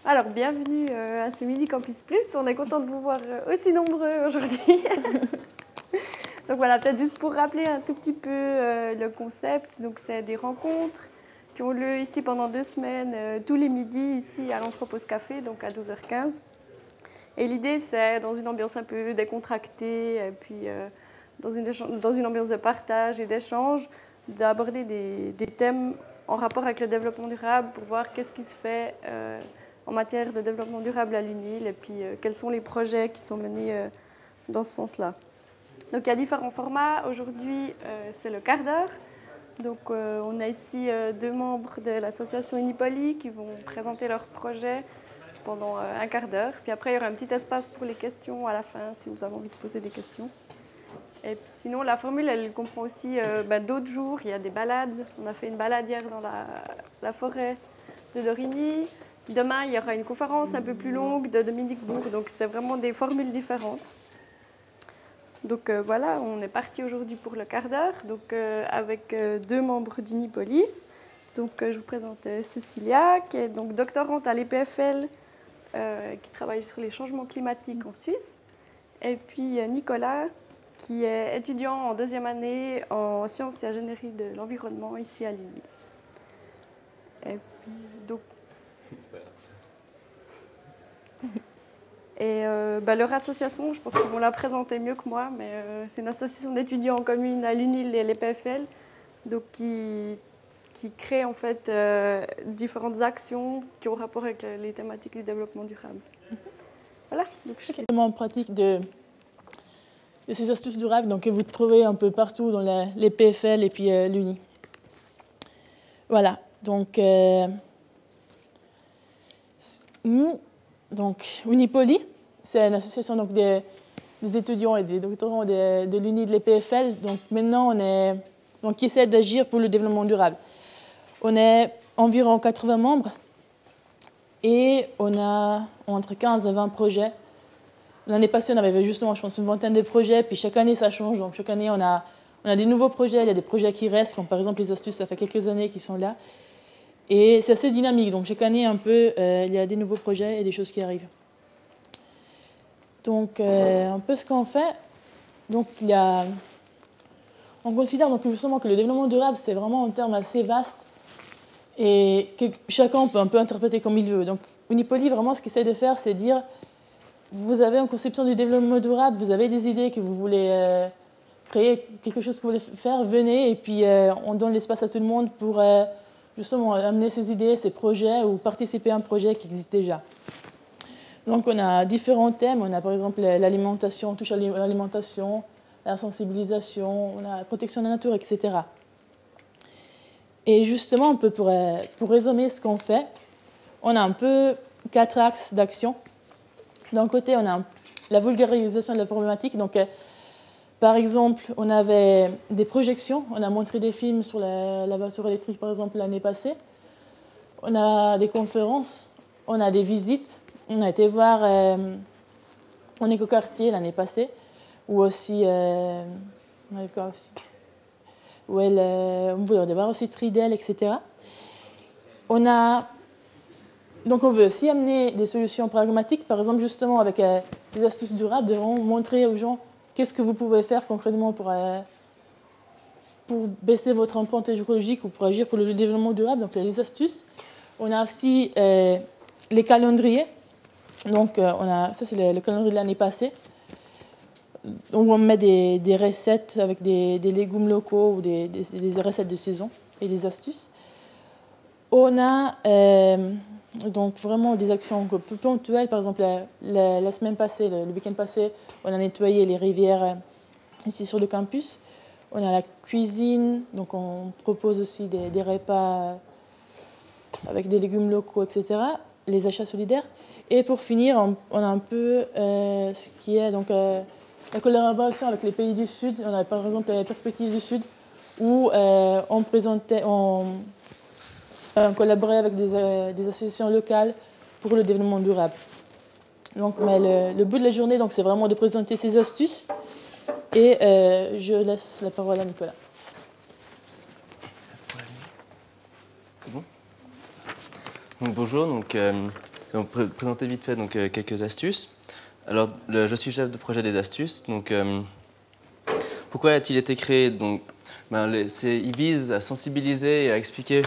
Alors, bienvenue à ce Midi Campus Plus. On est content de vous voir aussi nombreux aujourd'hui. Donc voilà, peut-être juste pour rappeler un tout petit peu le concept. Donc, c'est des rencontres qui ont lieu ici pendant 2 semaines, tous les midis, ici à l'Anthropos Café, donc à 12h15. Et l'idée, c'est dans une ambiance un peu décontractée, et puis dans une ambiance de partage et d'échange, d'aborder des thèmes en rapport avec le développement durable pour voir qu'est-ce qui se fait en matière de développement durable à l'UNIL et puis quels sont les projets qui sont menés dans ce sens-là. Donc il y a différents formats. Aujourd'hui, c'est le quart d'heure. Donc on a ici 2 membres de l'association Unipoli qui vont présenter leurs projets pendant un quart d'heure. Puis après, il y aura un petit espace pour les questions à la fin, si vous avez envie de poser des questions. Et puis sinon, la formule, elle comprend aussi d'autres jours. Il y a des balades. On a fait une balade hier dans la forêt de Dorigny. Demain, il y aura une conférence un peu plus longue de Dominique Bourg. Donc, c'est vraiment des formules différentes. Donc, voilà, on est parti aujourd'hui pour le quart d'heure, donc, avec 2 membres d'Unipoli. Donc, je vous présente Cécilia, qui est donc doctorante à l'EPFL, qui travaille sur les changements climatiques en Suisse. Et puis Nicolas, qui est étudiant en 2e année en sciences et ingénierie de l'environnement ici à l'UNIL. Et puis, donc... Et leur association, je pense qu'ils vont la présenter mieux que moi, mais c'est une association d'étudiants en commune à l'UNIL et l'EPFL, donc qui crée en fait différentes actions qui ont rapport avec les thématiques du développement durable. Voilà. Donc, en pratique de ces astuces durables donc, que vous trouvez un peu partout dans les PFL et puis l'UNI. Voilà, donc nous, donc Unipoli, c'est une association donc, des étudiants et des doctorants de l'UNI de l'EPFL. Donc maintenant, qui essaie d'agir pour le développement durable. On est environ 80 membres et on a entre 15 et 20 projets. L'année passée, on avait justement, je pense, une vingtaine de projets, puis chaque année, ça change. Donc, chaque année, on a des nouveaux projets, il y a des projets qui restent, comme par exemple les astuces, ça fait quelques années qu'ils sont là. Et c'est assez dynamique, donc chaque année, un peu, il y a des nouveaux projets et des choses qui arrivent. Donc, un peu ce qu'on fait, donc, on considère donc, justement que le développement durable, c'est vraiment un terme assez vaste et que chacun peut un peu interpréter comme il veut. Donc, Unipoli, vraiment, ce qu'il essaie de faire, c'est dire... Vous avez une conception du développement durable, vous avez des idées que vous voulez créer, quelque chose que vous voulez faire, venez et puis on donne l'espace à tout le monde pour justement amener ces idées, ces projets ou participer à un projet qui existe déjà. Donc on a différents thèmes, on a par exemple l'alimentation, on touche à l'alimentation, la sensibilisation, on a la protection de la nature, etc. Et justement, un peu pour résumer ce qu'on fait, on a un peu 4 axes d'action. D'un côté, on a la vulgarisation de la problématique. Donc, par exemple, on avait des projections. On a montré des films sur la voiture électrique, par exemple, l'année passée. On a des conférences. On a des visites. On a été voir en écoquartier l'année passée. Ou aussi... on avait quoi aussi on voulait voir aussi Tridel, etc. Donc on veut aussi amener des solutions pragmatiques, par exemple justement avec des astuces durables, de montrer aux gens qu'est-ce que vous pouvez faire concrètement pour baisser votre empreinte écologique ou pour agir pour le développement durable, donc les astuces. On a aussi les calendriers, donc ça c'est le calendrier de l'année passée, donc on met des recettes avec des légumes locaux ou des recettes de saison et des astuces. On a... donc vraiment des actions un peu ponctuelles. Par exemple, la semaine passée, le week-end passé, on a nettoyé les rivières ici sur le campus. On a la cuisine, donc on propose aussi des repas avec des légumes locaux, etc. Les achats solidaires. Et pour finir, on a un peu ce qui est donc, la collaboration avec les pays du Sud. On a par exemple les perspectives du Sud où on collaborer avec des associations locales pour le développement durable. Donc, mais le bout de la journée, donc, c'est vraiment de présenter ces astuces. Et je laisse la parole à Nicolas. C'est bon ? Donc, bonjour. Donc, Donc, présenter vite fait donc, quelques astuces. Alors, je suis chef de projet des astuces. Donc, pourquoi a-t-il été créé? Donc, il vise à sensibiliser et à expliquer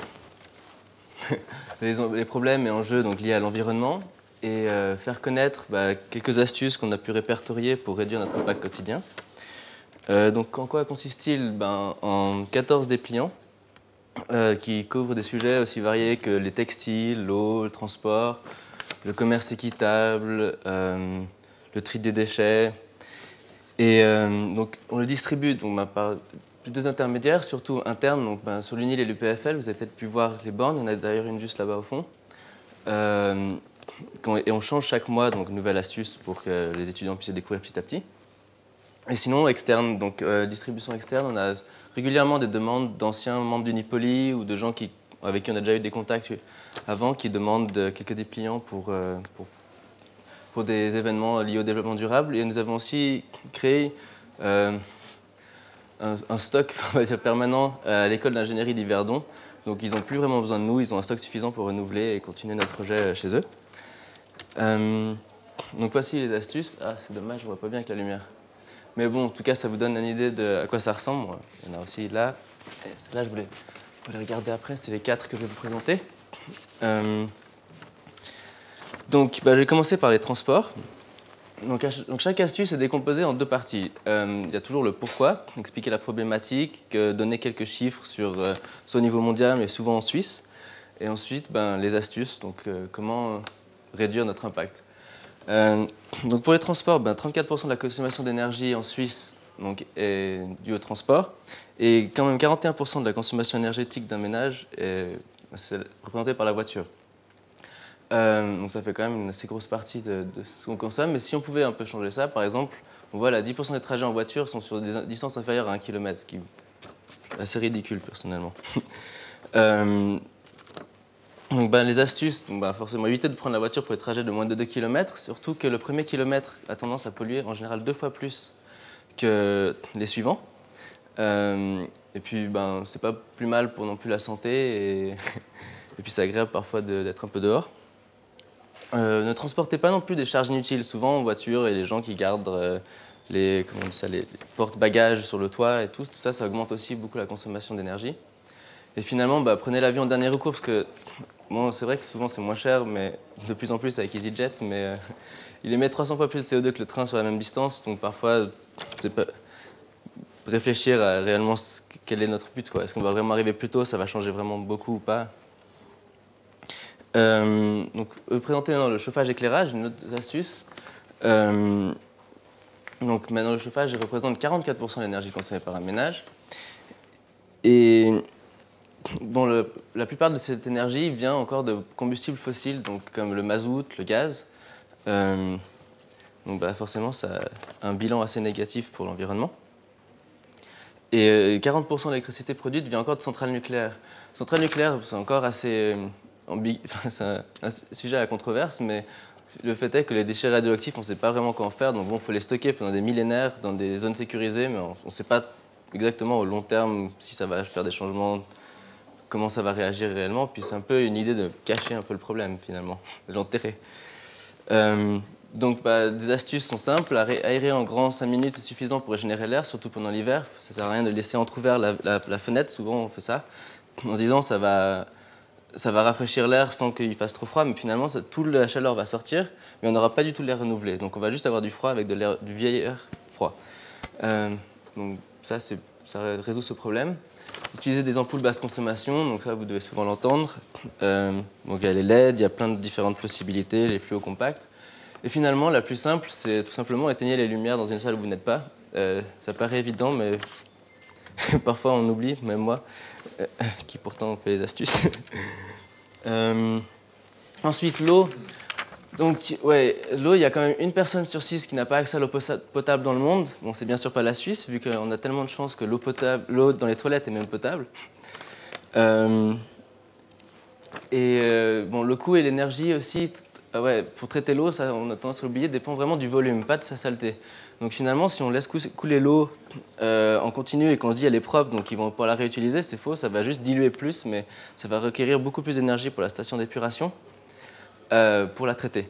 les problèmes et enjeux donc, liés à l'environnement et faire connaître quelques astuces qu'on a pu répertorier pour réduire notre impact quotidien. Donc, en quoi consiste-t-il? En 14 dépliants qui couvrent des sujets aussi variés que les textiles, l'eau, le transport, le commerce équitable, le tri des déchets. Et donc, on le distribue donc, par deux intermédiaires, surtout internes. Donc, sur l'UNIL et l'UPFL, vous avez peut-être pu voir les bornes. Il y en a d'ailleurs une juste là-bas au fond. Et on change chaque mois donc, une nouvelle astuce pour que les étudiants puissent découvrir petit à petit. Et sinon, externe, donc distribution externe, on a régulièrement des demandes d'anciens membres d'Unipolis ou de gens avec qui on a déjà eu des contacts avant qui demandent quelques dépliants pour des événements liés au développement durable. Et nous avons aussi créé un stock on va dire, permanent à l'école d'ingénierie d'Yverdon. Donc ils n'ont plus vraiment besoin de nous, ils ont un stock suffisant pour renouveler et continuer notre projet chez eux. Donc voici les astuces. Ah, c'est dommage, je ne vois pas bien avec la lumière. Mais bon, en tout cas, ça vous donne une idée de à quoi ça ressemble. Il y en a aussi là. Et celle-là, je voulais les regarder après. C'est les 4 que je vais vous présenter. Donc, je vais commencer par les transports. Donc chaque astuce est décomposée en 2 parties. Il y a toujours le pourquoi, expliquer la problématique, donner quelques chiffres sur soit au niveau mondial, mais souvent en Suisse. Et ensuite, les astuces, donc comment réduire notre impact. Donc pour les transports, 34% de la consommation d'énergie en Suisse donc, est due au transport. Et quand même 41% de la consommation énergétique d'un ménage est représentée par la voiture. Donc ça fait quand même une assez grosse partie de ce qu'on consomme. Mais si on pouvait un peu changer ça, par exemple, on voit là 10% des trajets en voiture sont sur des distances inférieures à 1 km, ce qui est assez ridicule personnellement. Donc, les astuces, forcément éviter de prendre la voiture pour les trajets de moins de 2 km, surtout que le premier kilomètre a tendance à polluer en général 2 fois plus que les suivants. Et puis c'est pas plus mal pour non plus la santé et puis c'est agréable parfois d'être un peu dehors. Ne transportez pas non plus des charges inutiles. Souvent en voiture, et les gens qui gardent les porte-bagages sur le toit et tout ça, ça augmente aussi beaucoup la consommation d'énergie. Et finalement, prenez l'avion en dernier recours parce que bon, c'est vrai que souvent c'est moins cher, mais de plus en plus avec EasyJet, mais il émet 300 fois plus de CO2 que le train sur la même distance, donc parfois c'est pas réfléchir à réellement quel est notre but, quoi. Est-ce qu'on va vraiment arriver plus tôt, ça va changer vraiment beaucoup ou pas. Donc présenter le chauffage éclairage, une autre astuce. Donc maintenant le chauffage représente 44% de l'énergie consommée par un ménage. Et bon, la plupart de cette énergie vient encore de combustibles fossiles, donc comme le mazout, le gaz. Donc forcément, ça a un bilan assez négatif pour l'environnement. Et 40% de l'électricité produite vient encore de centrales nucléaires. Centrales nucléaires, c'est encore assez c'est un sujet à controverse, mais le fait est que les déchets radioactifs, on ne sait pas vraiment quoi en faire. Donc bon, il faut les stocker pendant des millénaires dans des zones sécurisées, mais on ne sait pas exactement au long terme si ça va faire des changements, comment ça va réagir réellement. Puis c'est un peu une idée de cacher un peu le problème finalement, de l'enterrer. Donc des astuces sont simples. Aérer en grand 5 minutes, c'est suffisant pour régénérer l'air, surtout pendant l'hiver. Ça ne sert à rien de laisser entrouvert la fenêtre. Souvent on fait ça en se disant ça va rafraîchir l'air sans qu'il fasse trop froid, mais finalement toute la chaleur va sortir, mais on n'aura pas du tout l'air renouvelé. Donc on va juste avoir du froid avec du vieil air froid. Donc ça résout ce problème. Utiliser des ampoules basse consommation, donc ça vous devez souvent l'entendre. Donc il y a les LED, il y a plein de différentes possibilités, les fluos compacts. Et finalement, la plus simple, c'est tout simplement éteigner les lumières dans une salle où vous n'êtes pas. Ça paraît évident, mais parfois on oublie, même moi, qui pourtant fait les astuces. Ensuite, l'eau. Donc, l'eau, il y a quand même 1 personne sur 6 qui n'a pas accès à l'eau potable dans le monde. Bon, c'est bien sûr pas la Suisse, vu qu'on a tellement de chance que l'eau dans les toilettes est même potable. Le coût et l'énergie aussi, pour traiter l'eau, ça, on a tendance à l'oublier, dépend vraiment du volume, pas de sa saleté. Donc finalement, si on laisse couler l'eau en continu et qu'on se dit elle est propre, donc ils vont pouvoir la réutiliser, c'est faux, ça va juste diluer plus, mais ça va requérir beaucoup plus d'énergie pour la station d'épuration. pour la traiter.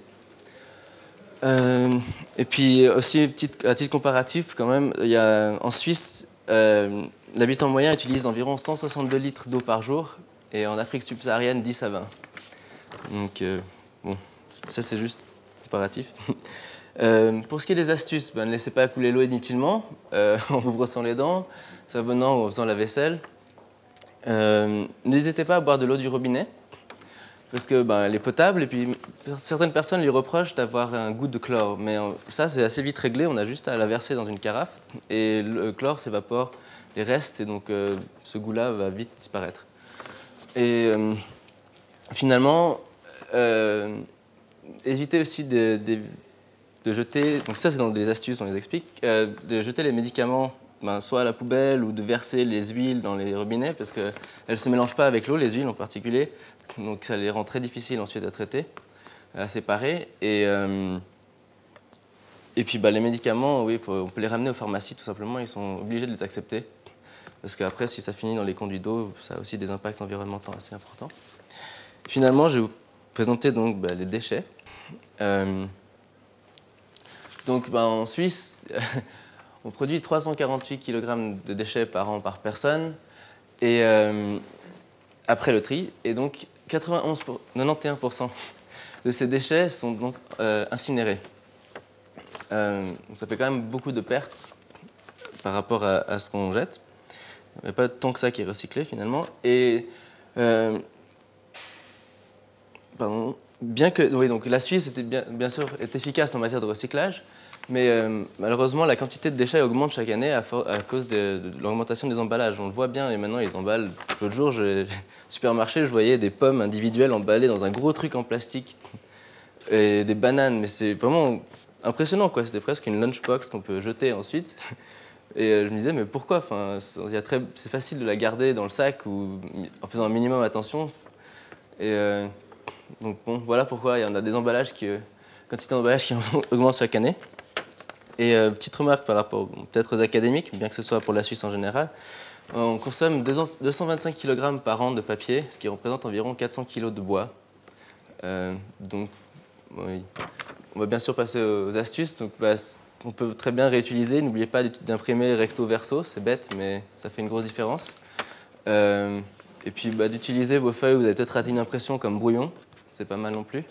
Et puis aussi, à titre comparatif, quand même, en Suisse, l'habitant moyen utilise environ 162 litres d'eau par jour, et en Afrique subsaharienne, 10 à 20. Donc, bon, ça c'est juste comparatif. Pour ce qui est des astuces, ne laissez pas couler l'eau inutilement, en vous brossant les dents, savonnant ou en faisant la vaisselle. N'hésitez pas à boire de l'eau du robinet, parce que elle est potable, et puis certaines personnes lui reprochent d'avoir un goût de chlore. Mais ça, c'est assez vite réglé, on a juste à la verser dans une carafe, et le chlore s'évapore les restes, et donc ce goût-là va vite disparaître. Et finalement, évitez aussi de jeter, donc ça c'est dans des astuces, on les explique, de jeter les médicaments soit à la poubelle ou de verser les huiles dans les robinets parce qu'elles ne se mélangent pas avec l'eau, les huiles en particulier, donc ça les rend très difficiles ensuite à traiter, à séparer. Et puis les médicaments, oui, on peut les ramener aux pharmacies tout simplement, ils sont obligés de les accepter parce qu'après si ça finit dans les conduits d'eau, ça a aussi des impacts environnementaux assez importants. Finalement, je vais vous présenter donc les déchets. Donc en Suisse, on produit 348 kg de déchets par an par personne et, après le tri. Et donc 91% de ces déchets sont donc incinérés. Ça fait quand même beaucoup de pertes par rapport à ce qu'on jette. Il n'y a pas tant que ça qui est recyclé finalement. Et bien que donc la Suisse bien sûr est efficace en matière de recyclage, mais malheureusement la quantité de déchets augmente chaque année à cause de l'augmentation des emballages. On le voit bien et maintenant ils emballent. L'autre jour, au supermarché, je voyais des pommes individuelles emballées dans un gros truc en plastique et des bananes, mais c'est vraiment impressionnant quoi. C'était presque une lunchbox qu'on peut jeter ensuite. Et je me disais mais pourquoi c'est facile de la garder dans le sac ou en faisant un minimum attention. Et donc bon, voilà pourquoi il y en a des emballages quantité d'emballages qui augmente chaque année. Et petite remarque par rapport peut-être aux académiques, bien que ce soit pour la Suisse en général, on consomme 225 kg par an de papier, ce qui représente environ 400 kg de bois. Donc oui. On va bien sûr passer aux astuces. Donc, on peut très bien réutiliser. N'oubliez pas d'imprimer recto verso, c'est bête, mais ça fait une grosse différence. Et puis d'utiliser vos feuilles, vous avez peut-être raté une impression comme brouillon, c'est pas mal non plus.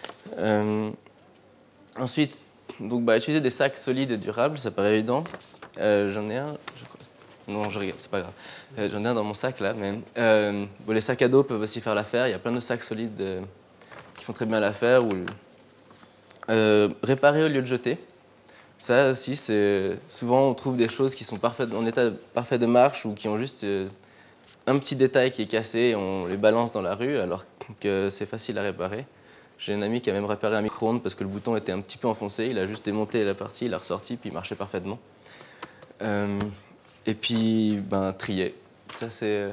Ensuite, donc, utiliser des sacs solides et durables, ça paraît évident. J'en ai un, non, je regarde, c'est pas grave. J'en ai un dans mon sac là, mais les sacs à dos peuvent aussi faire l'affaire. Il y a plein de sacs solides qui font très bien l'affaire. Réparer au lieu de jeter. Ça aussi, souvent on trouve des choses qui sont en état parfait de marche ou qui ont juste un petit détail qui est cassé et on les balance dans la rue alors que c'est facile à réparer. J'ai un ami qui a même réparé un micro-ondes parce que le bouton était un petit peu enfoncé. Il a juste démonté la partie, il l'a ressorti, puis il marchait parfaitement. Et puis, trier. Ça, c'est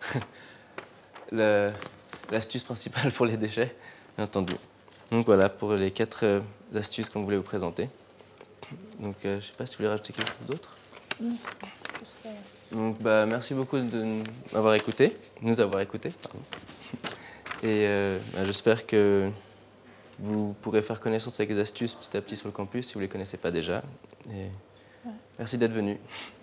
l'astuce principale pour les déchets, bien entendu. Donc voilà, pour les 4 astuces qu'on voulait vous présenter. Donc, je ne sais pas si vous voulez rajouter quelque chose d'autre. Non, c'est pas. Donc, merci beaucoup de m'avoir écouté, nous avoir écoutés, pardon. Et j'espère que vous pourrez faire connaissance avec les astuces petit à petit sur le campus si vous ne les connaissez pas déjà. Et merci d'être venu.